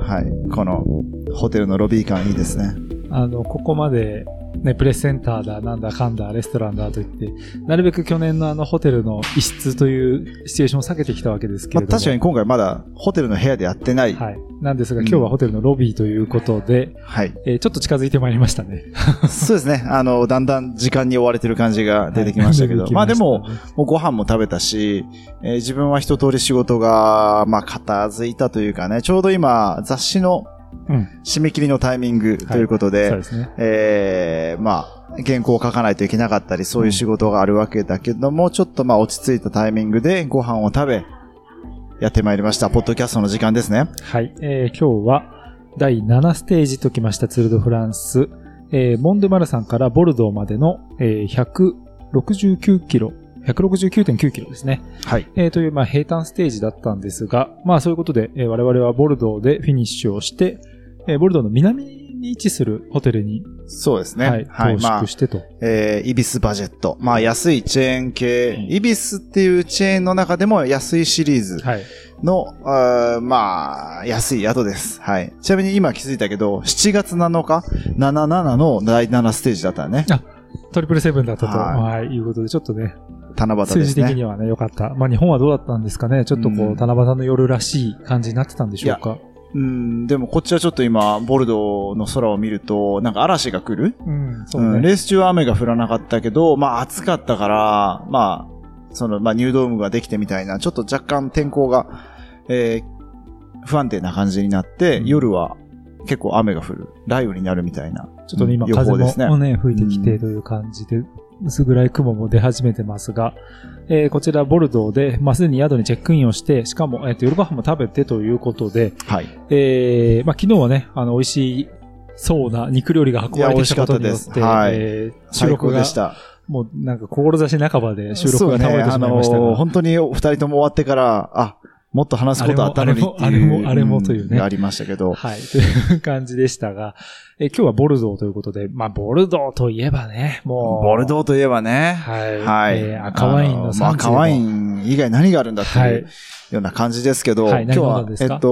はい。このホテルのロビー感いいですね。 ここまで、ね、プレスセンターだ、なんだかんだ、レストランだと言って、なるべく去年のホテルの一室というシチュエーションを避けてきたわけですけれども。 確かに今回まだホテルの部屋でやってない。 はい。なんですが、今日はホテルのロビーということで、 はい。 ちょっと近づいてまいりましたね。 そうですね。だんだん時間に追われてる感じが出てきましたけど。まあでも、もうご飯も食べたし、自分は一通り仕事が、まあ片付いたというかね、ちょうど今、雑誌の締め切りのタイミングということで、そうですね。まあ、原稿を書かないといけなかったり、そういう仕事があるわけだけども、ちょっとまあ落ち着いたタイミングでご飯を食べ、やってまいりました。ポッドキャストの時間ですね。 はい。今日は第7ステージときましたツール・ド・フランス、モン・ドゥ・マルサンからボルドーまでの、169キロ、169.9 キロですね。 はい。 という、まあ、平坦ステージだったんですが、まあ、そういうことで、我々はボルドーでフィニッシュをして、ボルドーの南に位置するホテルに、 そうですね。 はい。投宿してと。 イビスバジェット。まあ、安いチェーン系、イビスっていうチェーンの中でも安いシリーズの、まあ、安い宿です。はい。ちなみに今気づいたけど、7月7日、77の第7ステージだったね。 あ、トリプルセブンだったと、はい、いうことで、ちょっとね、 七夕ですね。 数字的にはね、良かった。まあ、日本はどうだったんですかね。ちょっとこう、七夕の夜らしい感じになってたんでしょうか。 でもこっちはちょっと今、ボルドーの空を見ると、なんか嵐が来る、 そうね。 レース中は雨が降らなかったけど、まあ暑かったから、まあ、まあニュードームができてみたいな、ちょっと若干天候が、不安定な感じになって、夜は結構雨が降る、雷雨になるみたいな、 ちょっと今、風もね、吹いてきてという感じで、薄暗い雲も出始めてますが、こちらボルドーで、まあ、すでに宿にチェックインをして、しかも、夜ご飯も食べてということで、 はい。 まあ、昨日はね、美味しそうな肉料理が運ばれてきたことによって、 はい、 収録が、もうなんか志半ばで収録が倒れてしまいましたが、 本当に二人とも終わってから、もっと話すことあったのにっていう。 あれもというね。 ありましたけど。 はい。という感じでしたが、今日はボルドーということで、まあ、ボルドーといえばね、もう。 ボルドーといえばね。 はい。 はい。 赤ワインの産地赤ワイン以外何があるんだっていうような感じですけど、 はい、 今日は、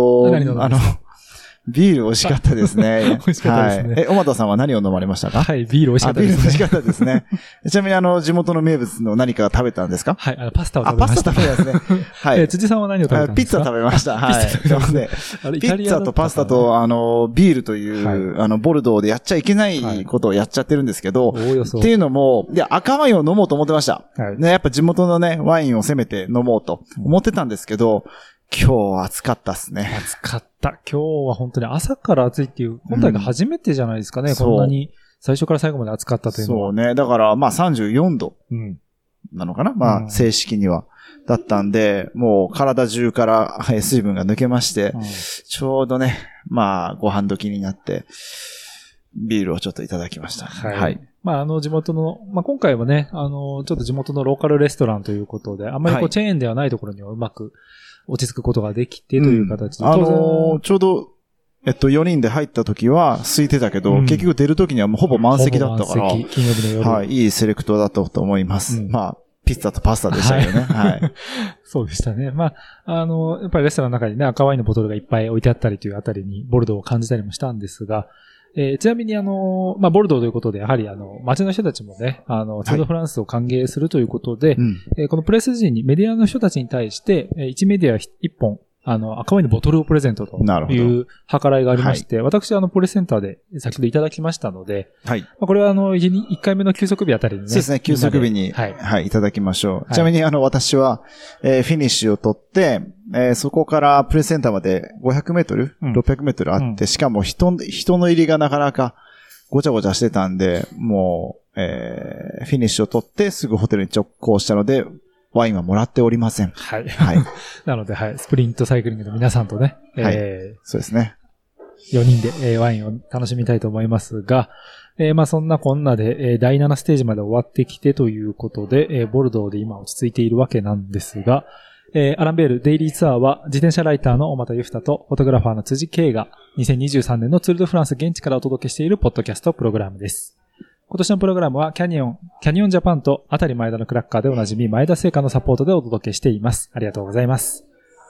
ビール美味しかったですね。 美味しかったですね。 小俣さんは何を飲まれましたか？ はい、ビール美味しかったですね。 ビール美味しかったですね。ちなみに地元の名物の何か食べたんですか？ はい、パスタを食べました。 パスタ食べたんですね。はい。 辻さんは何を食べたんですか？ ピッツァ食べました。はい。ピッツァとパスタと、ビールという、ボルドーでやっちゃいけないことをやっちゃってるんですけど、っていうのも、赤ワインを飲もうと思ってました。ね、やっぱ地元のね、ワインをせめて飲もうと思ってたんですけど、今日は暑かったっすね。 暑かった。今日は本当に朝から暑いっていう、今回が初めてじゃないですかね。こんなに最初から最後まで暑かったというのは。 そうね。だから、まあ34度なのかな、まあ正式には。だったんで、もう体中から水分が抜けまして、ちょうどね、まあご飯時になって、ビールをちょっといただきました。はい。 まあ地元の、まあ今回はね、ちょっと地元のローカルレストランということで、あんまりチェーンではないところにはうまく、落ち着くことができてという形で。 ちょうど、4人で入った時は空いてたけど、結局出る時にはもうほぼ満席だったから、 金曜日の夜。 はい、いいセレクトだったと思います。まあ、ピッツァとパスタでしたけどね。はい。 そうでしたね。まあ、やっぱりレストランの中にね、赤ワインのボトルがいっぱい置いてあったりというあたりに、ボルドーを感じたりもしたんですが、ちなみにまあ、ボルドーということで、やはり街の人たちもね、ツール・フランスを歓迎するということで、このプレス陣に、メディアの人たちに対して、1メディア1本、赤ワインのボトルをプレゼントという計らいがありまして、私プレスセンターで先ほどいただきましたので、はい。まあ、これは1回目の休息日あたりにね。 そうですね、休息日に、はい、いただきましょう。ちなみに私は、フィニッシュを取って、そこからプレスセンターまで500メートル、600メートルあって、しかも人の入りがなかなかごちゃごちゃしてたんで、もう、フィニッシュを取ってすぐホテルに直行したので、ワインはもらっておりません。 はい。はい。なので、はい。スプリントサイクリングの皆さんとね。 はい。そうですね。 4人で、ワインを楽しみたいと思いますが、まあそんなこんなで、第7ステージまで終わってきてということで、ボルドーで今落ち着いているわけなんですが、アランベールデイリーツアーは自転車ライターの小俣裕太とフォトグラファーの辻圭が2023年のツール・ド・フランス現地からお届けしているポッドキャストプログラムです。今年のプログラムはキャニオンジャパンとあたり前田のクラッカーでおなじみ前田製菓のサポートでお届けしています。ありがとうございます。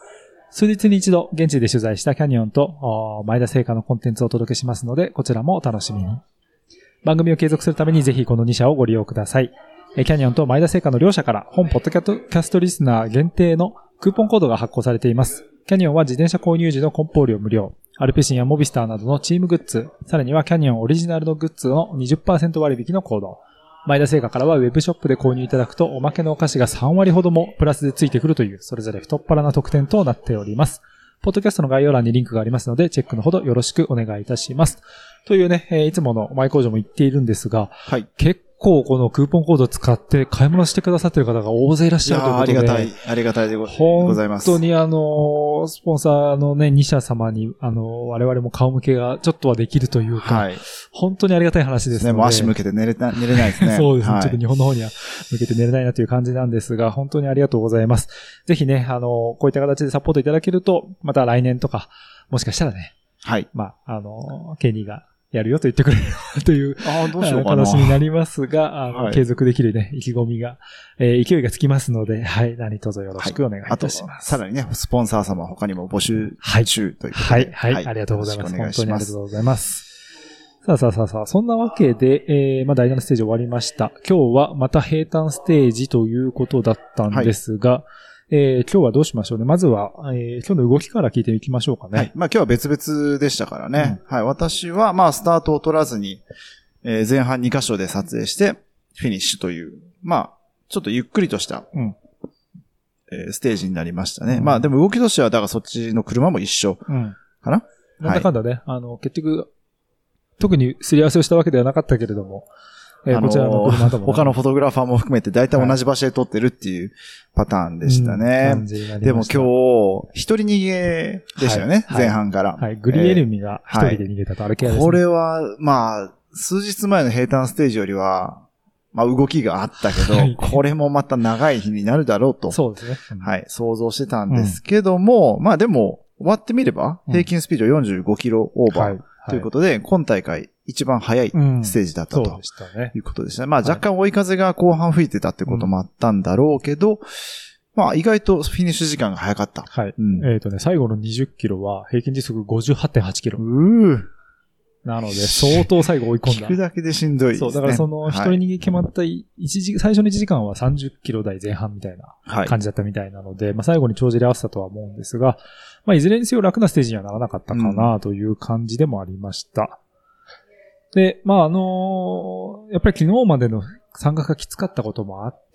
数日に一度現地で取材したキャニオンと前田製菓のコンテンツをお届けしますので、こちらもお楽しみに。番組を継続するためにぜひこの2社をご利用ください。キャニオンと前田製菓の両社から本ポッドキャストリスナー限定のクーポンコードが発行されています。キャニオンは自転車購入時の梱包料無料。アルペシンやモビスターなどのチームグッズ、さらにはキャニオンオリジナルのグッズの 20% 割引のコード。前田製菓からはウェブショップで購入いただくとおまけのお菓子が3割ほどもプラスでついてくるというそれぞれ太っ腹な特典となっております。ポッドキャストの概要欄にリンクがありますのでチェックのほどよろしくお願いいたします。というね、いつもの前工場も言っているんですが、はい、結構このクーポンコードを使って買い物してくださっている方が大勢いらっしゃるということで。 ありがたいでございます。 本当にスポンサーのね、2社様に、我々も顔向けがちょっとはできるというか、はい、本当にありがたい話ですので。 もう足向けて寝れないですね。 そうですね、はい。ちょっと日本の方には向けて寝れないなという感じなんですが、本当にありがとうございます。ぜひね、こういった形でサポートいただけると、また来年とか、もしかしたらね、はい。まあ、ケニーが、やるよと言ってくれるという、 どうしようかな。 話になりますが、 はい、 継続できるね、意気込みが、勢いがつきますので、はい、何卒よろしくお願いいたします。 あと、さらにね、スポンサー様他にも募集中ということで。 はい、はい、はい、ありがとうございます。本当にありがとうございます。さあ、そんなわけで、第7ステージ終わりました。今日はまた平坦ステージということだったんですが、今日はどうしましょうね。まずは、今日の動きから聞いていきましょうかね。はい。 まあ今日は別々でしたからね。はい。私はまあスタートを取らずに、前半2箇所で撮影してフィニッシュという、まあちょっとゆっくりとした、ステージになりましたね。まあでも動きとしてはだからそっちの車も一緒かな。 なんだかんだね、結局特にすり合わせをしたわけではなかったけれども。こちらの車とも他のフォトグラファーも含めて大体同じ場所で撮ってるっていうパターンでしたね。でも今日、一人逃げでしたよね、前半から。 はい、グリエルミが一人で逃げたと、あれ系ですね。 これは、まあ、数日前の平坦ステージよりは、まあ動きがあったけど、これもまた長い日になるだろうと。 そうですね。 はい、想像してたんですけども、まあでも、終わってみれば、平均スピード45キロオーバーということで、今大会、一番早いステージだったということでしたね。まあ若干追い風が後半吹いてたってこともあったんだろうけど、まあ意外とフィニッシュ時間が早かった。 はい。最後の20キロは平均時速 58.8 キロ。なので相当最後追い込んだ。 聞くだけでしんどいですね。 そう、だからその一人逃げ決まった最初の1時間は30キロ台前半みたいな感じだったみたいなので、まあ最後に帳尻合わせたとは思うんですが、まあいずれにせよ楽なステージにはならなかったかなという感じでもありました。で、まあやっぱり昨日までの参加がきつかったこともあって、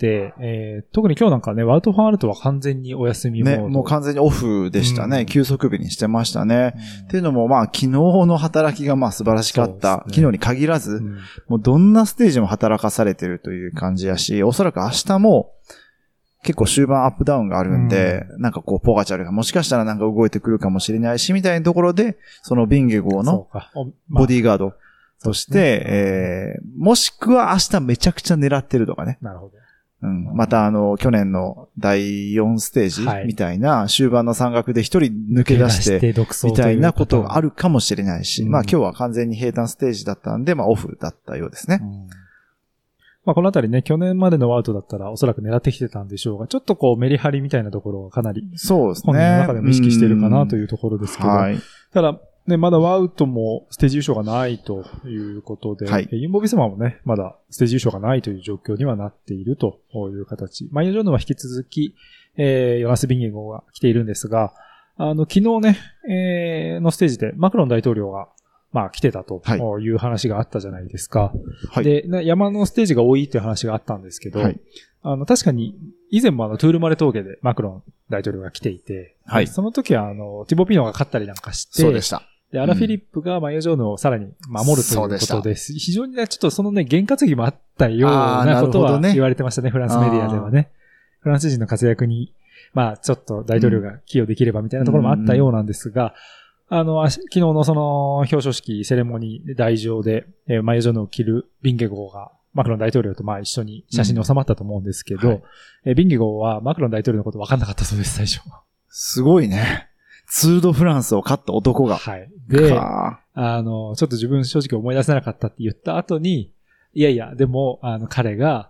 特に今日なんかね、ワウトファンアルトは完全にお休みモード。 ね、もう完全にオフでしたね。休息日にしてましたね。っていうのもまあ昨日の働きがまあ素晴らしかった。昨日に限らず、もうどんなステージも働かされてるという感じやし、おそらく明日も結構終盤アップダウンがあるんで、なんかこうポガチャルがもしかしたらなんか動いてくるかもしれないし、みたいなところで、そのビンゲゴーのボディーガード、そして、もしくは明日めちゃくちゃ狙ってるとかね。 なるほど。 また去年の第4ステージみたいな、終盤の山岳で一人抜け出して、みたいなことがあるかもしれないし、まあ今日は完全に平坦ステージだったんで、まあオフだったようですね。 まあこのあたりね、去年までのワウトだったらおそらく狙ってきてたんでしょうが、ちょっとこうメリハリみたいなところがかなり、 そうですね。 本人の中でも意識してるかなというところですけど、ただ、ね、まだワウトもステージ優勝がないということで、ユンボビスマもね、まだステージ優勝がないという状況にはなっているという形。マイヤ・ジョーヌは引き続き、ヨナス・ビンゲゴが来ているんですが、昨日ね、のステージでマクロン大統領が、まあ来てたという話があったじゃないですか。で、山のステージが多いという話があったんですけど、確かに以前もトゥールマレ峠でマクロン大統領が来ていて、その時はティボピノが勝ったりなんかして、 そうでした。 で、アラ・フィリップがマイヤ・ジョーヌをさらに守るということで、非常にね、ちょっとそのね、験担ぎもあったようなことは言われてましたね、フランスメディアではね。フランス人の活躍に、まあ、ちょっと大統領が寄与できればみたいなところもあったようなんですが、昨日のその表彰式、セレモニー、台上で、マイヤ・ジョーヌを着るビンゲゴーが、マクロン大統領とまあ一緒に写真に収まったと思うんですけど、ビンゲゴーはマクロン大統領のこと分かんなかったそうです、最初。 すごいね。ツール・ド・フランスを勝った男が。 で、ちょっと自分正直思い出せなかったって言った後に、いやいや、でも、彼が、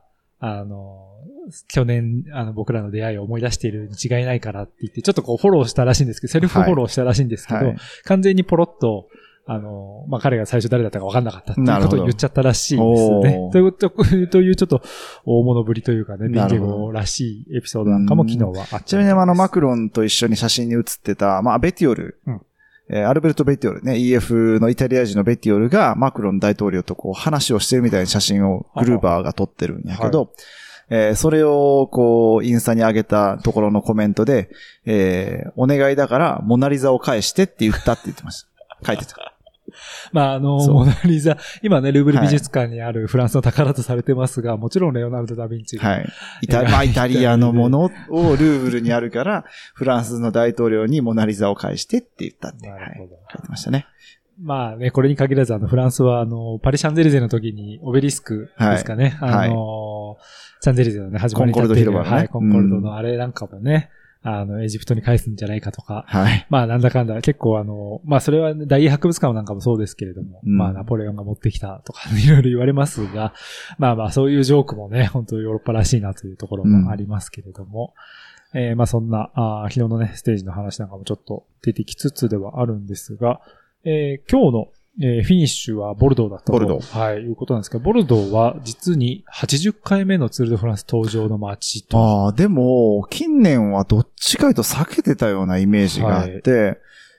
去年、僕らの出会いを思い出しているに違いないからって言って、ちょっとこうフォローしたらしいんですけど、セルフフォローしたらしいんですけど、はい、完全にポロッと、彼が最初誰だったか分かんなかったっていうことを言っちゃったらしいですね。というちょっと大物ぶりというかね、ビンゲゴらしいエピソードなんかも昨日はあった。 ちなみにマクロンと一緒に写真に写ってた、ベティオル、アルベルト・ベティオルね、EF のイタリア人のベティオルがマクロン大統領とこう話をしてるみたいな写真をグルーバーが撮ってるんやけど、それをこうインスタに上げたところのコメントで、お願いだからモナリザを返してって言ったって言ってました。書いてた。 モナリザ、今ね、ルーブル美術館にあるフランスの宝とされてますが、もちろんレオナルド・ダ・ヴィンチが。はい。 イタリアのものをルーブルにあるから、フランスの大統領にモナリザを返してって言ったって、書いてましたね。 これに限らず、フランスは、パリ・シャンゼリゼの時に、オベリスクですかね。シャンゼリゼのね、始まりに立っている。コンコルド広場のね。はい、コンコルドのあれなんかもね。エジプトに返すんじゃないかとか。はい。なんだかんだ、結構それは、ね、大英博物館なんかもそうですけれども、ナポレオンが持ってきたとか、いろいろ言われますが、そういうジョークもね、本当ヨーロッパらしいなというところもありますけれども、そんな、昨日のね、ステージの話なんかもちょっと出てきつつではあるんですが、今日のフィニッシュはボルドーだったと。 ボルドー。 はい、いうことなんですけど、ボルドーは実に80回目のツールドフランス登場の街と。 でも、近年はどっちかというと避けてたようなイメージがあって、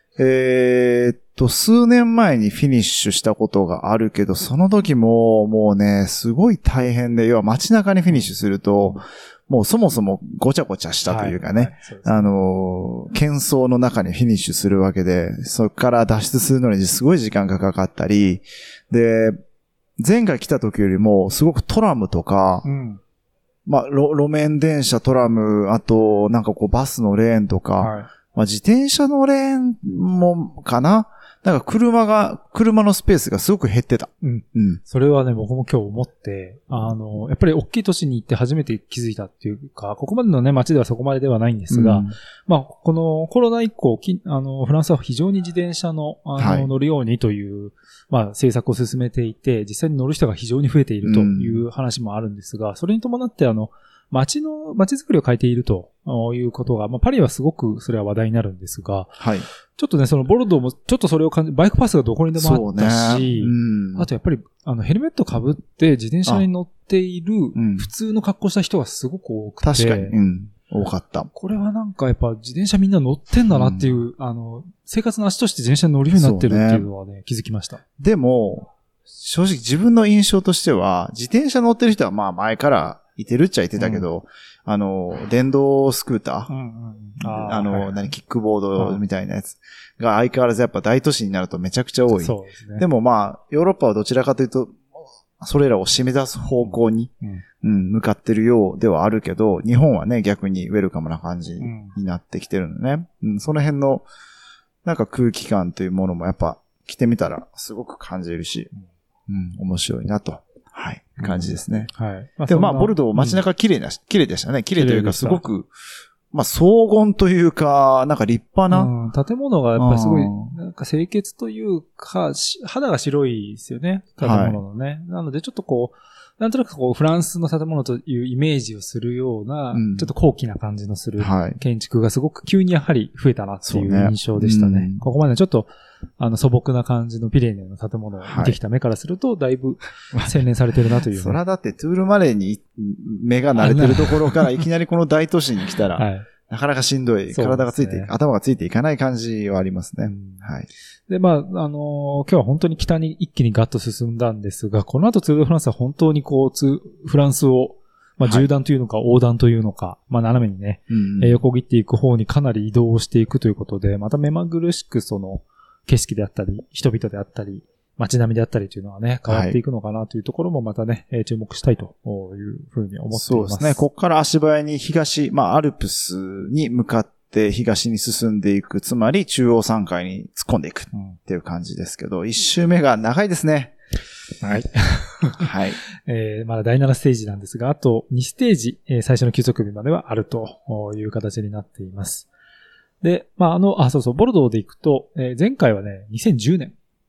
数年前にフィニッシュしたことがあるけど、その時ももうね、すごい大変で、要は街中にフィニッシュすると、もうそもそもごちゃごちゃしたというかね、喧騒の中にフィニッシュするわけで、そこから脱出するのにすごい時間がかかったり、で、前回来た時よりもすごくトラムとか、路面電車、トラム、あとなんかこうバスのレーンとか、自転車のレーンもかな？なんか車のスペースがすごく減ってた。 それはね、僕も今日思って、やっぱり大きい都市に行って初めて気づいたっていうか、ここまでのね、街ではそこまでではないんですが、このコロナ以降、フランスは非常に自転車の、乗るようにという、政策を進めていて、実際に乗る人が非常に増えているという話もあるんですが、それに伴って街づくりを変えているということが、パリはすごくそれは話題になるんですが、はい。ちょっとね、そのボルドーもちょっとそれをバイクパスがどこにでもあったし、あとやっぱり、ヘルメット被って自転車に乗っている普通の格好した人がすごく多くて。 確かに。多かった。 これはなんかやっぱ自転車みんな乗ってんだなっていう、生活の足として自転車に乗るようになってるっていうのはね、気づきました。 でも、正直自分の印象としては、自転車乗ってる人は前からいてるっちゃいてたけど、電動スクーター、キックボードみたいなやつが相変わらずやっぱ大都市になるとめちゃくちゃ多い。そうですね。でもヨーロッパはどちらかというと、それらを締め出す方向に、向かってるようではあるけど、日本はね、逆にウェルカムな感じになってきてるのね。その辺の、なんか空気感というものもやっぱ来てみたらすごく感じるし、面白いなと。はい。感じですね。はい。でもボルドー街中綺麗でしたね。綺麗というかすごく、荘厳というか、なんか立派な。 建物がやっぱりすごい、なんか清潔というか、肌が白いですよね。建物のね。なのでちょっとこう、なんとなくこう、フランスの建物というイメージをするような、ちょっと高貴な感じのする建築がすごく急にやはり増えたなっていう印象でしたね。ここまでちょっと、素朴な感じのピレネの建物を見てきた目からすると、だいぶ洗練されてるなという。 そらだってトゥールマレーに目が慣れてるところからいきなりこの大都市に来たら、なかなかしんどい、体がついて、頭がついていかない感じはありますね。はい。 で、今日は本当に北に一気にガッと進んだんですが、この後ツール・ド・フランスは本当にこう、フランスを、縦断というのか横断というのか、斜めにね、横切っていく方にかなり移動していくということで、また目まぐるしくその、景色であったり、人々であったり、街並みであったりというのはね、変わっていくのかなというところもまたね、注目したいというふうに思っています。 そうですね。ここから足早にアルプスに向かって東に進んでいく。つまり中央山海に突っ込んでいくっていう感じですけど、一周目が長いですね。 はい。はい。まだ第7ステージなんですが、あと2ステージ、最初の休息日まではあるという形になっています。で、ボルドーで行くと、前回はね、2010年。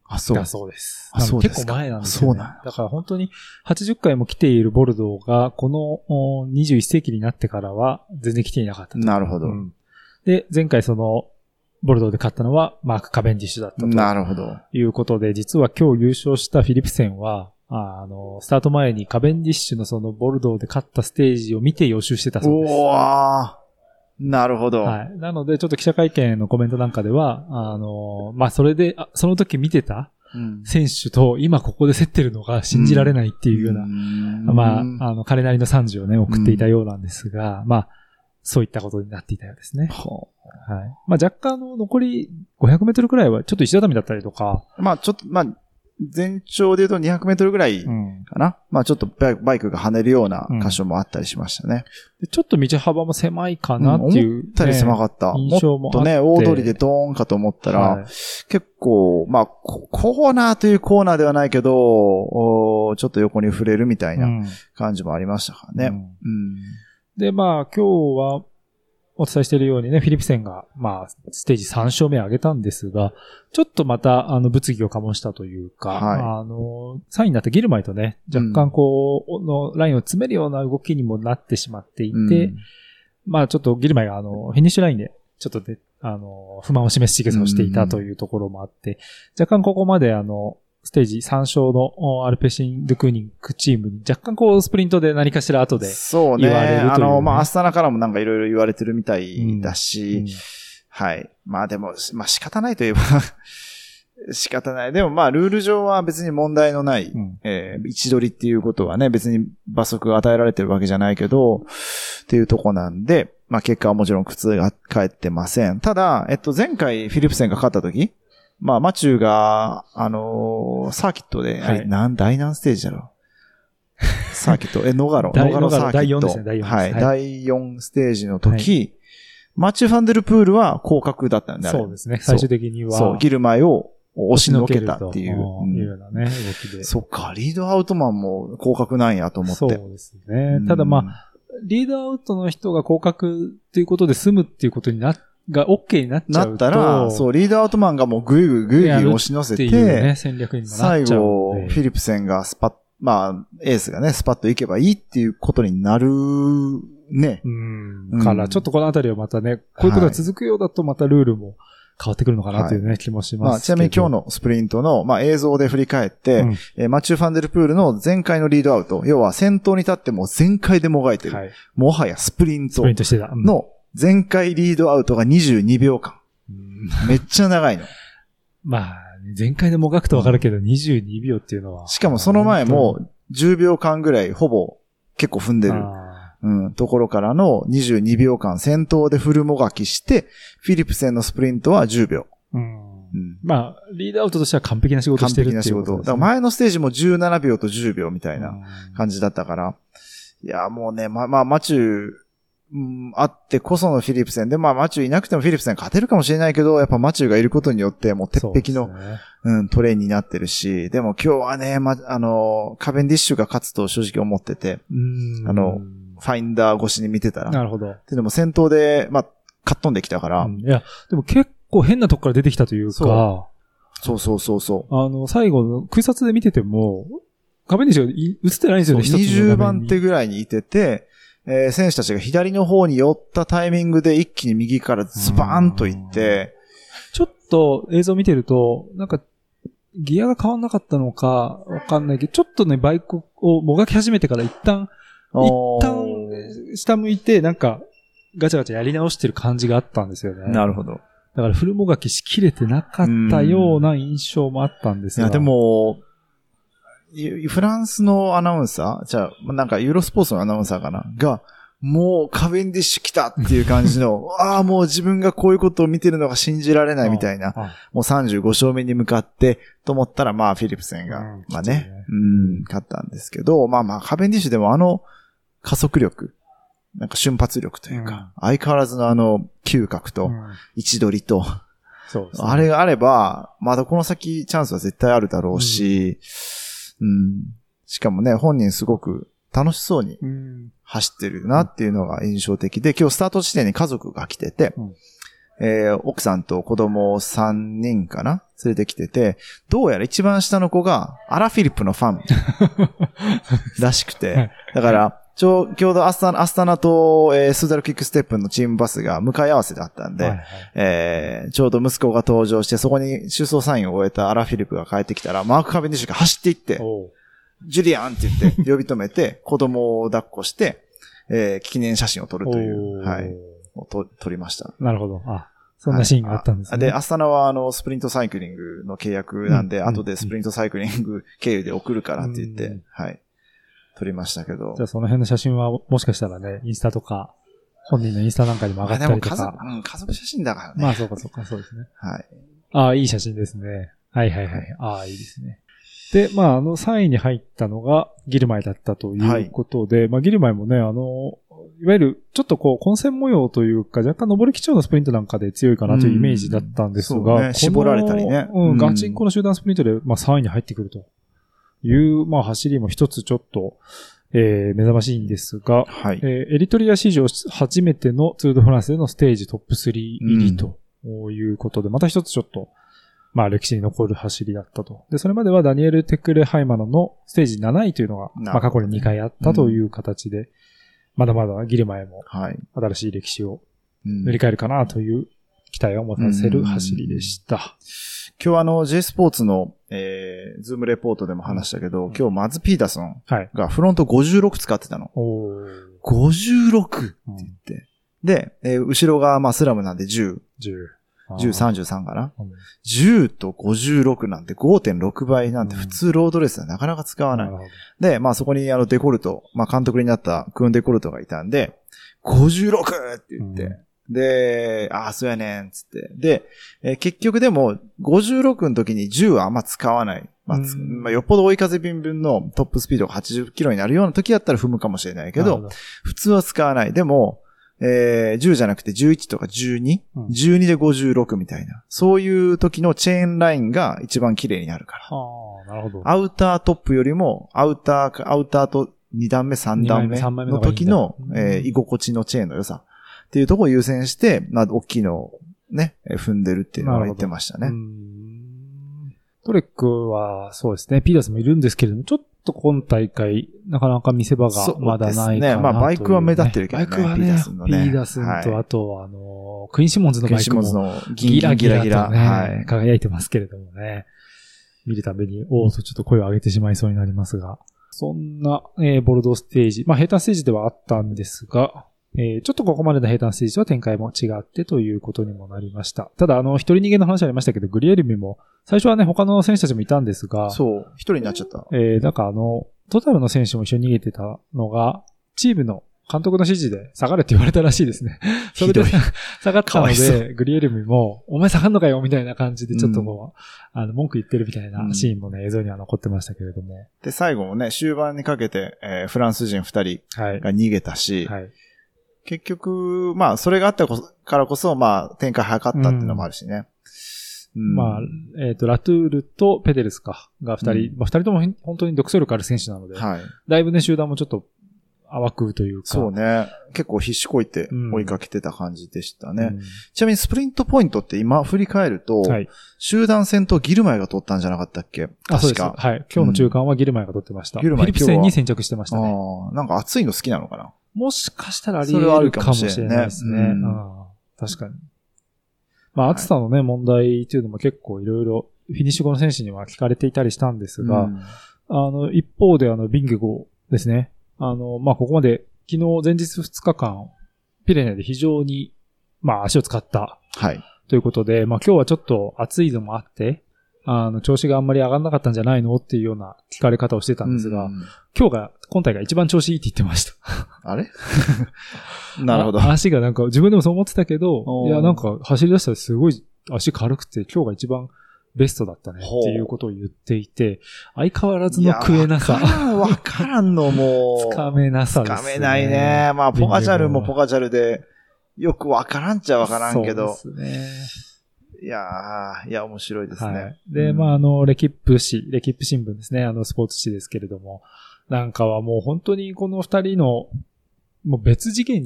そう。 だそうです。 そうですか。 結構前なんですよね。 そうなんだから本当に80回も来ているボルドーが、この21世紀になってからは全然来ていなかったと。 なるほど。 で、前回その、ボルドーで勝ったのはマーク・カベンディッシュだったと。 なるほど。 いうことで、実は今日優勝したフィリプセンは、スタート前にカベンディッシュのそのボルドーで勝ったステージを見て予習してたそうです。 なるほど。 はい。なので、ちょっと記者会見のコメントなんかでは、それで、その時見てた選手と今ここで競ってるのが信じられないっていうような、彼なりの賛辞をね、送っていたようなんですが、そういったことになっていたようですね。はい。若干残り500メートルくらいはちょっと石畳だったりとか。 全長で言うと200メートルぐらいかな。ちょっとバイクが跳ねるような箇所もあったりしましたね。 でちょっと道幅も狭いかなっていう、 思ったり狭かった。 印象もあって。 もっとね、大通りでドーンかと思ったら、結構、コーナーというコーナーではないけど、ちょっと横に触れるみたいな感じもありましたからね。 で、今日は、お伝えしているようにね、フィリプセンが、ステージ3勝目を挙げたんですが、ちょっとまた、物議を醸したというか、3位になったギルマイとね、若干ラインを詰めるような動きにもなってしまっていて、ちょっとギルマイがフィニッシュラインで、ちょっとで、不満を示す仕草をしていたというところもあって、若干ここまでステージ3勝のアルペシン・ドゥクーニングチームに若干スプリントで何かしら後で言われるという、ね。 そうね。アスタナからもなんかいろいろ言われてるみたいだし、はい。でも、仕方ないといえば仕方ない。でもルール上は別に問題のない、位置取りっていうことはね、別に罰則が与えられてるわけじゃないけど、っていうとこなんで、結果はもちろん覆ってません。ただ、前回フィリプセンが勝った時、マチューが、サーキットで、第何ステージだろうサーキット、ノガロサーキット。 第4ですね、第4です。 はい、第4ステージの時、マチュー・ファンデルプールは降格だったんで、 そうですね、最終的には。 そう、ギルマイを押しのけたっていう。 いうようなね、動きで。 そっか、リードアウトマンも降格なんやと思って。 そうですね。ただリードアウトの人が降格っていうことで済むっていうことにが OK になっちゃうと。 なったら、そう、リードアウトマンがもうぐいぐい押し乗せて、っていうね、戦略にもなっちゃう。 最後、フィリプセンがエースがね、スパッと行けばいいっていうことになる、ね。 から、ちょっとこのあたりはまたね、こういうことが続くようだとまたルールも変わってくるのかなというね、気もしますけど。 ちなみに今日のスプリントの、映像で振り返って、マチュー・ファンデルプールの前回のリードアウト、要は先頭に立っても全開でもがいてる。もはやスプリントしてた。 の前回リードアウトが22秒間。めっちゃ長いの。 前回でもがくとわかるけど、22秒っていうのは。 しかもその前も10秒間ぐらいほぼ結構踏んでる。ところからの22秒間先頭でフルもがきして、フィリプセンのスプリントは10秒。 リードアウトとしては完璧な仕事してるっていうことですね。完璧な仕事。 だから前のステージも17秒と10秒みたいな感じだったから。いや、もうね、マチュー、あってこそのフィリプセンで、マチューいなくてもフィリプセン勝てるかもしれないけど、やっぱマチューがいることによって、もう鉄壁の、トレーンになってるし、でも今日はね、カベンディッシュが勝つと正直思ってて、ファインダー越しに見てたら。 なるほど。 でも先頭で、かっ飛んできたから。 いや、でも結構変なとこから出てきたというか。 そう。 最後の空撮で見てても、カベンディッシュが映ってないんですよね、 20番手ぐらいにいてて、選手たちが左の方に寄ったタイミングで一気に右からズバーンといって、 ちょっと映像見てると、なんか、ギアが変わんなかったのかわかんないけど、ちょっとね、バイクをもがき始めてから一旦下向いて、なんか、ガチャガチャやり直してる感じがあったんですよね。 なるほど。 だからフルもがきしきれてなかったような印象もあったんですが。 いや、でも、フランスのアナウンサーじゃあ、なんかユーロスポーツのアナウンサーかなが、もうカベンディッシュ来たっていう感じの、もう自分がこういうことを見てるのが信じられないみたいな、もう35勝目に向かってと思ったら、フィリプセンが、勝ったんですけど、カベンディッシュでも加速力、なんか瞬発力というか、相変わらずの嗅覚と位置取りと、あれがあれば、まだこの先チャンスは絶対あるだろうし、しかもね、本人すごく楽しそうに走ってるなっていうのが印象的で、今日スタート地点に家族が来てて、 奥さんと子供3人かな連れてきてて、どうやら一番下の子がアラ・フィリップのファンらしくて、だから、ちょうどアスタナと、スーダルキックステップのチームバスが向かい合わせだったんで、ちょうど息子が登場して、そこに出走サインを終えたアラ・フィリップが帰ってきたら、マーク・カベンディッシュが走っていって、ジュリアンって言って呼び止めて、子供を抱っこして、記念写真を撮るという、はい、撮りました。 なるほど。そんなシーンがあったんですね。 で、アスタナはスプリントサイクリングの契約なんで、後でスプリントサイクリング経由で送るからって言って、はい、撮りましたけど。 じゃあその辺の写真はもしかしたらね、インスタとか、本人のインスタなんかにも上がったりとか。 でも家族写真だからね。 まあそうか、そうですね。 はい。 いい写真ですね。はい。いいですね。で、3位に入ったのがギルマイだったということで、ギルマイもね、いわゆる、ちょっと混戦模様というか、若干上り基調のスプリントなんかで強いかなというイメージだったんですが、 絞られたりね。 ガチンコの集団スプリントで、3位に入ってくるという、走りも一つちょっと、目覚ましいんですが、エリトリア史上初めてのツール・ド・フランスでのステージトップ3入りということで、また一つちょっと、歴史に残る走りだったと。で、それまではダニエル・テクレハイマノのステージ7位というのが、過去に2回あったという形で、まだまだギルマイも新しい歴史を塗り替えるかなという期待を持たせる走りでした。 今日J スポーツの、ズームレポートでも話したけど、今日マズ・ピータソンがフロント56使ってたの。56って言って。で、後ろがスラムなんで10、33かな、10と56なんて 5.6 倍なんて普通ロードレースではなかなか使わない。で、そこにデコルト、監督になったクーン・デコルトがいたんで、56って言って、で、そうやねんつって。で、結局でも56の時に10はあんま使わない。よっぽど追い風ビンビンのトップスピードが80キロになるような時だったら踏むかもしれないけど、普通は使わない。でも、10じゃなくて11とか12、12で56みたいな。そういう時のチェーンラインが一番綺麗になるから。 なるほど。 アウタートップよりも、アウターと2段目、3段目の時の、居心地のチェーンの良さっていうところを優先して、大きいのをね、踏んでるっていうのは言ってましたね。 トレックはそうですね、ピータースもいるんですけれども、ちょっと今大会、なかなか見せ場がまだないかなという、ね。 バイクは目立ってるけどね。 バイクはね、ピーダスンと、あとクイーンシモンズのバイクもギラギラとね、輝いてますけれどもね。見るたびに、とちょっと声を上げてしまいそうになりますが。そんな、ボルドーステージ、平坦ステージではあったんですが、ちょっとここまでの平坦ステージとは展開も違ってということにもなりました。ただ、一人逃げの話ありましたけど、グリエルミも、最初はね、他の選手たちもいたんですが、 そう、一人になっちゃった。 トータルの選手も一緒に逃げてたのが、チームの監督の指示で下がれって言われたらしいですね。それで下がったので、グリエルミも、お前下がんのかよみたいな感じでちょっともう、文句言ってるみたいなシーンもね、映像には残ってましたけれども。 で、最後もね、終盤にかけて、フランス人二人が逃げたし、結局、それがあったからこそ、展開早かったっていうのもあるしね。 ラトゥールとペデルスが二人、二人とも本当に独走力ある選手なので、だいぶね、集団もちょっと淡くというか。 そうね。結構必死こいて追いかけてた感じでしたね。ちなみにスプリントポイントって今振り返ると、集団戦とギルマイが取ったんじゃなかったっけ？確か。 そうです。はい。今日の中間はギルマイが取ってました。フィリップセンに先着してましたね。 なんか熱いの好きなのかな？ もしかしたらあり得るかもしれないですね。確かに。暑さのね、問題っていうのも結構いろいろフィニッシュ後の選手には聞かれていたりしたんですが、一方でビンゲゴですね。ここまで昨日前日2日間、ピレネで非常に、足を使った。ということで、今日はちょっと暑いのもあって、調子があんまり上がんなかったんじゃないのっていうような聞かれ方をしてたんですが、今大会一番調子いいって言ってました。 あれなるほど。 足がなんか自分でもそう思ってたけど、いやなんか走り出したらすごい足軽くて今日が一番ベストだったねっていうことを言っていて、相変わらずの食えなさ。 わからんのもう。 つかめなさですね。 つかめないね。ポガチャルもポガチャルで、よくわからんっちゃわからんけど。 そうですね。 いや、面白いですね。 で、レキップ新聞ですね。スポーツ紙ですけれども、なんかはもう本当にこの二人の、もう別次元にいる。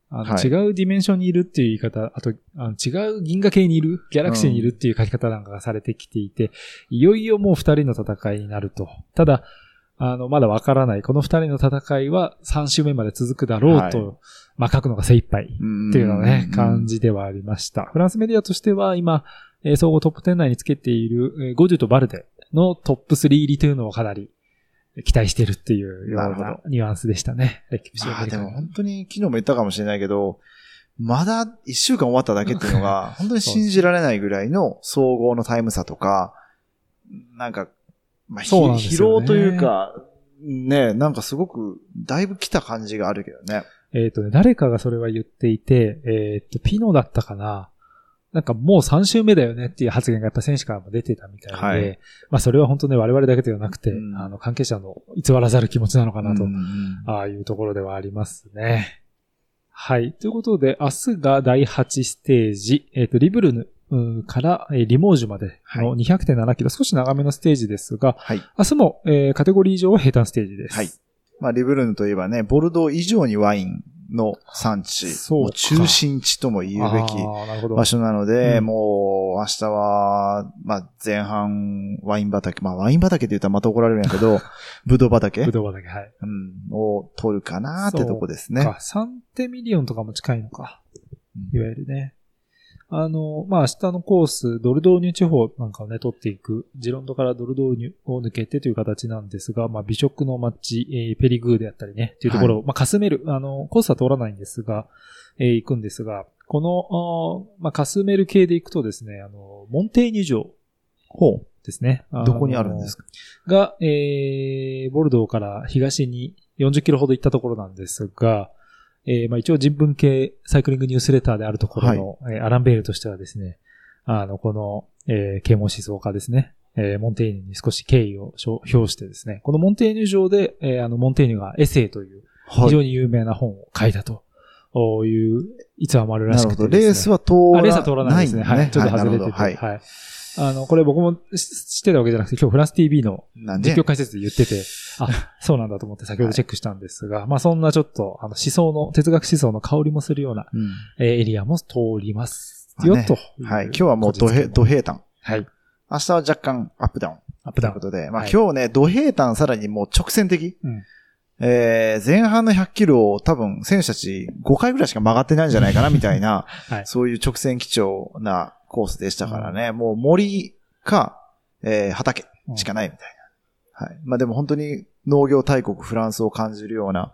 はい違うディメンションにいるっていう言い方、あと、違う銀河系にいる、ギャラクシーにいるっていう書き方なんかがされてきていて、いよいよもう二人の戦いになると。ただ、まだわからない。この二人の戦いは3週目まで続くだろうと、 はい、 まあ書くのが精一杯っていうのね、感じではありました。フランスメディアとしては今、総合トップ10内につけているゴジュとバルデのトップ3入りというのをかなり期待してるっていうようなニュアンスでしたね。 でも本当に昨日も言ったかもしれないけど、まだ1週間終わっただけっていうのが本当に信じられないぐらいの総合のタイム差とか、なんか、まあ、疲労というか、ね、なんかすごくだいぶ来た感じがあるけどね。 誰かがそれは言っていて、ピノだったかな。なんかもう3週目だよねっていう発言がやっぱ選手からも出てたみたいで、はい、まあそれは本当ね我々だけではなくて、関係者の偽らざる気持ちなのかなと、ああいうところではありますね。はい。ということで、明日が第8ステージ、リブルヌからリモージュまでの 200.7 キロ、少し長めのステージですが、はい、明日もカテゴリー上は平坦ステージです。はい。 まあリブルヌといえばね、ボルドー以上にワインの産地、中心地とも言うべき場所なので、もう明日は、まあ前半ワイン畑、まあワイン畑って言ったらまた怒られるんやけど、ブドウ畑ブドウ畑、はい。 を取るかなーってとこですね。 サンテミリオンとかも近いのか。いわゆるね。まあ明日のコース、ドルドーニュ地方なんかをね、取っていく、ジロンドからドルドーニュを抜けてという形なんですが、まあ美食の街、ペリグーであったりね、というところを、まあカスメル、コースは通らないんですが、行くんですが、この、まあカスメル系で行くとですね、モンテーニュ城ですね。 どこにあるんですかが、ボルドーから東に40キロほど行ったところなんですが、まあ一応人文系サイクリングニュースレターであるところの、はい、アランベールとしてはですね、この、啓蒙思想家ですね、モンテーニュに少し敬意を表してですね、このモンテーニュ城で、モンテーニュがエセイという非常に有名な本を書いたという逸話もあるらしくてですね。 レースは通らないですね。はい。ちょっと外れてて。はい。これ僕も知ってたわけじゃなくて、今日フランス TV の実況解説で言ってて、そうなんだと思って先ほどチェックしたんですが、まあそんなちょっと、哲学思想の香りもするような、エリアも通りますよ、と。 はい。今日はもう土平坦。 はい。 明日は若干アップダウン。 アップダウン。 ということで、まあ今日ね、土平坦さらにもう直線的。前半の100キロを多分選手たち5回ぐらいしか曲がってないんじゃないかなみたいな、そういう直線基調なコースでしたからね、もう森か、畑しかないみたいな。はい。まあでも本当に農業大国フランスを感じるような、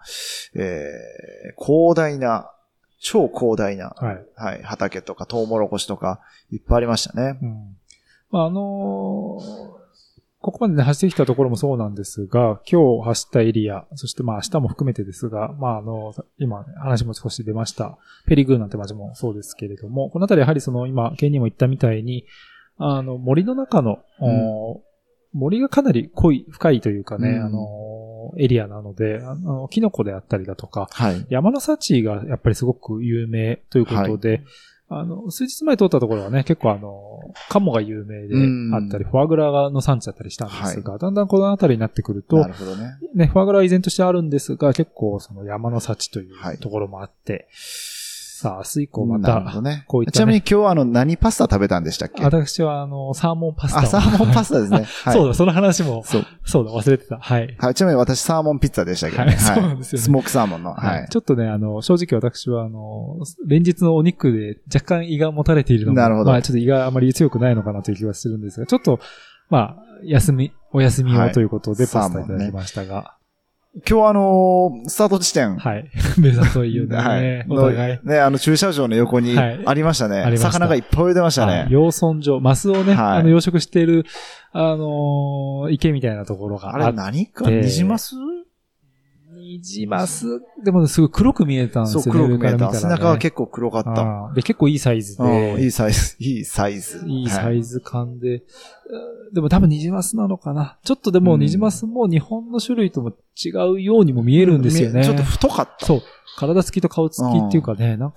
超広大な、はい、畑とかトウモロコシとかいっぱいありましたね。 まあここまでね、走ってきたところもそうなんですが、今日走ったエリア、そしてまあ明日も含めてですが、まあ今話も少し出ました、ペリグーなんて街もそうですけれども、このあたりやはり今、ケンにも言ったみたいに、森の中の、森がかなり深いというかね、エリアなので、キノコであったりだとか、山の幸がやっぱりすごく有名ということで、数日前通ったところはね、結構カモが有名であったり、フォアグラの産地だったりしたんですが、だんだんこの辺りになってくると、ね、フォアグラは依然としてあるんですが、結構山の幸というところもあって、さあ、明日以降また、こういった、 ちなみに今日何パスタ食べたんでしたっけ？ 私はサーモンパスタ。 サーモンパスタですね。 そうだ、その話も、そうだ、忘れてた。はい。 はい、ちなみに私サーモンピッツァでしたけどね。 そうなんですよね。 スモークサーモンの。はい。 ちょっとね、正直私は連日のお肉で若干胃が持たれているのも、なるほど。まあちょっと胃があまり強くないのかなという気はしてるんですが、ちょっと、まあ、お休みをということでパスタいただきましたが。 今日スタート地点。 はい。目指そういいよね。はい。お互い。 ね、駐車場の横にありましたね。ありました。魚がいっぱい泳いでましたね。 養豚場、マスをね、養殖している、池みたいなところがあって。 あれ何かニジマス？ ニジマスでもすごい黒く見えたんですよね。 そう、黒く見えた。背中は結構黒かった。 で、結構いいサイズで。 いいサイズ感で。でも多分ニジマスなのかな。ちょっとでもニジマスも日本の種類とも違うようにも見えるんですよね。 ちょっと太かった。 そう。体つきと顔つきっていうかね、なんか、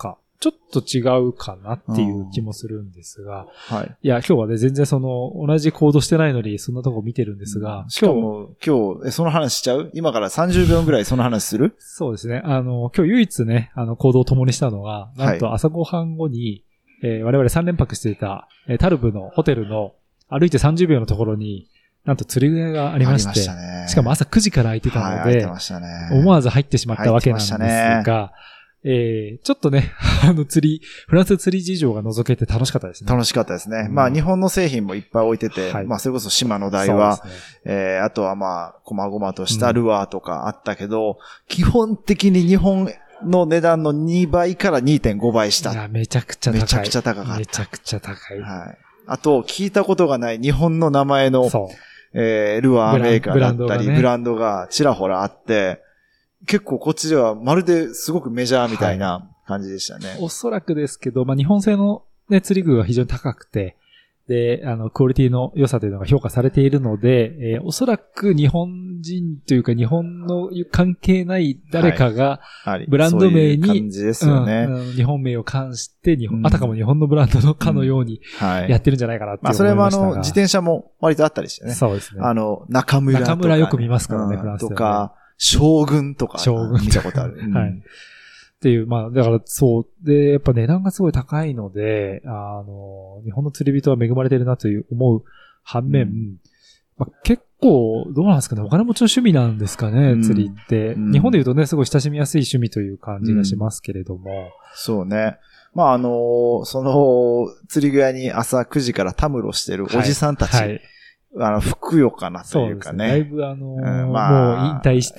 ちょっと違うかなっていう気もするんですが、 はい。 いや、今日はね、全然同じ行動してないのに、そんなとこ見てるんですが、 しかも、今日、その話しちゃう？今から30秒ぐらいその話する？ そうですね。今日唯一ね、行動を共にしたのが、なんと朝ごはん後に、我々3連泊していた、タルブのホテルの歩いて30秒のところに、なんと釣り具屋がありまして、しかも朝9時から開いてたので、 開いてましたね。 思わず入ってしまったわけなんですが、ちょっとね、フランス釣り事情が覗けて楽しかったですね。 楽しかったですね。まあ日本の製品もいっぱい置いてて、まあそれこそ島の台は、あとはまあ、細々としたルアーとかあったけど、基本的に日本の値段の2倍から 2.5 倍した。 いや、めちゃくちゃ高い。 めちゃくちゃ高かった。 めちゃくちゃ高い。 はい。あと、聞いたことがない日本の名前の、ルアーメーカーだったり、ブランドがちらほらあって、結構こっちではまるですごくメジャーみたいな感じでしたね。 おそらくですけど、まあ、日本製のね、釣り具が非常に高くて、で、クオリティの良さというのが評価されているので、おそらく日本人というか日本の関係ない誰かが、ブランド名に、 感じですよね。 日本名を冠して、あたかも日本のブランドのかのようにやってるんじゃないかなって思いましたが。 まあ、それも自転車も割とあったりしてね。 そうですね。 中村とか、ね。 中村よく見ますからね、フランスで、ね。 とか、将軍とか。 将軍。 見たことある。 はい。っていう、まあ、だからそう。で、やっぱ値段がすごい高いので、日本の釣り人は恵まれてるなという思う反面、まあ、結構、どうなんですかね、お金持ちの趣味なんですかね、釣りって。日本で言うとね、すごい親しみやすい趣味という感じがしますけれども。 そうね。まあ、釣り具屋に朝9時からたむろしてるおじさんたち。はい。ふくよかなというかね。 だいぶまあ、もう引退して、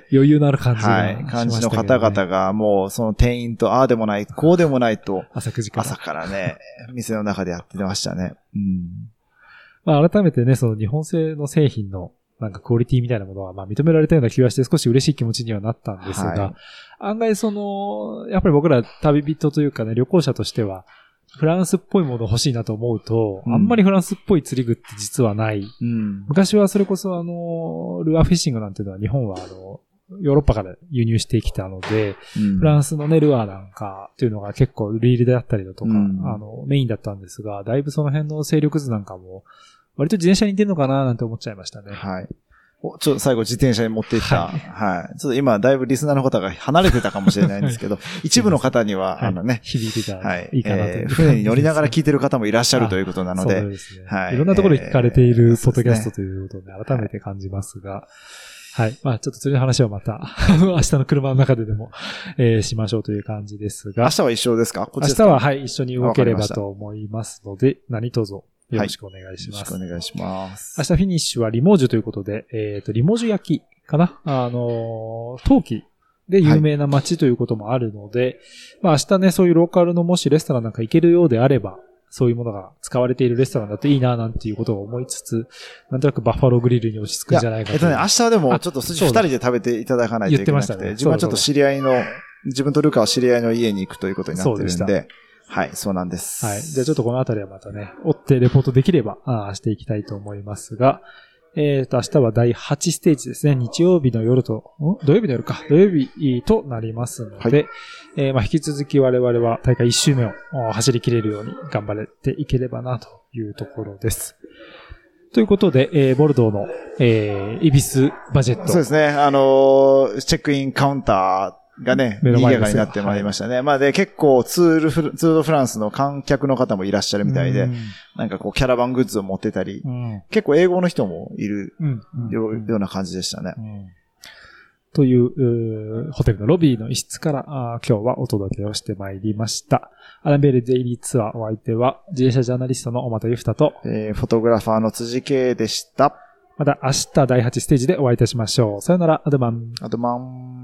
余裕のある感じがしましたけどね。 感じの方々がもうその店員とああでもない、こうでもないと、 朝9時から。 朝からね、店の中でやってましたね。 まあ改めてね、その日本製の製品のなんかクオリティみたいなものはまあ認められたような気がして少し嬉しい気持ちにはなったんですが、案外やっぱり僕ら旅人というかね、旅行者としては、フランスっぽいもの欲しいなと思うと、あんまりフランスっぽい釣り具って実はない。昔はそれこそルアーフィッシングなんていうのは日本はヨーロッパから輸入してきたので、フランスのね、ルアーなんかっていうのが結構リールであったりだとか、メインだったんですが、だいぶその辺の勢力図なんかも、割と自転車に似てるのかななんて思っちゃいましたね。 はい。ちょっと最後自転車に持っていった。はい。ちょっと今だいぶリスナーの方が離れてたかもしれないんですけど、一部の方には、 響いてたらいいかなという。 船に乗りながら聞いてる方もいらっしゃるということなので、 そうですね。はい。いろんなところに聞かれているポッドキャストということで改めて感じますが、はい。まあちょっと釣りの話はまた、明日の車の中ででも、しましょうという感じですが。 明日は一緒ですか？ 明日は、はい、一緒に動ければと思いますので、何卒よろしくお願いします。 よろしくお願いします。 明日フィニッシュはリモージュということで、リモジュ焼きかな？陶器で有名な街ということもあるので、まあ明日ね、そういうローカルのもしレストランなんか行けるようであれば、そういうものが使われているレストランだといいななんていうことを思いつつ、なんとなくバッファローグリルに落ち着くんじゃないかと。 明日はでもちょっと二人で食べていただかないといけなくて、言ってましたね。自分はちょっと自分とルカは知り合いの家に行くということになってるんで、はい、そうなんです。 はい。じゃあちょっとこのあたりはまたね、追ってレポートできれば、していきたいと思いますが、明日は第8ステージですね。日曜日の夜と、土曜日の夜か。土曜日となりますので、まあ引き続き我々は大会1周目を走り切れるように頑張れていければなというところです。ということで、ボルドーの、イビスバジェット。 そうですね。チェックインカウンター、がね、賑やかになってまいりましたね。まあで、結構ツールドフランスの観客の方もいらっしゃるみたいで、なんかこうキャラバングッズを持ってたり、結構英語の人もいるような感じでしたね。 という、ホテルのロビーの一室から今日はお届けをしてまいりました。アランベールデイリーツアーお相手は自転車ジャーナリストの小俣ゆふたと、 フォトグラファーの辻圭でした。 また明日第8ステージでお会いいたしましょう。さよなら、アドマン。 アドマン。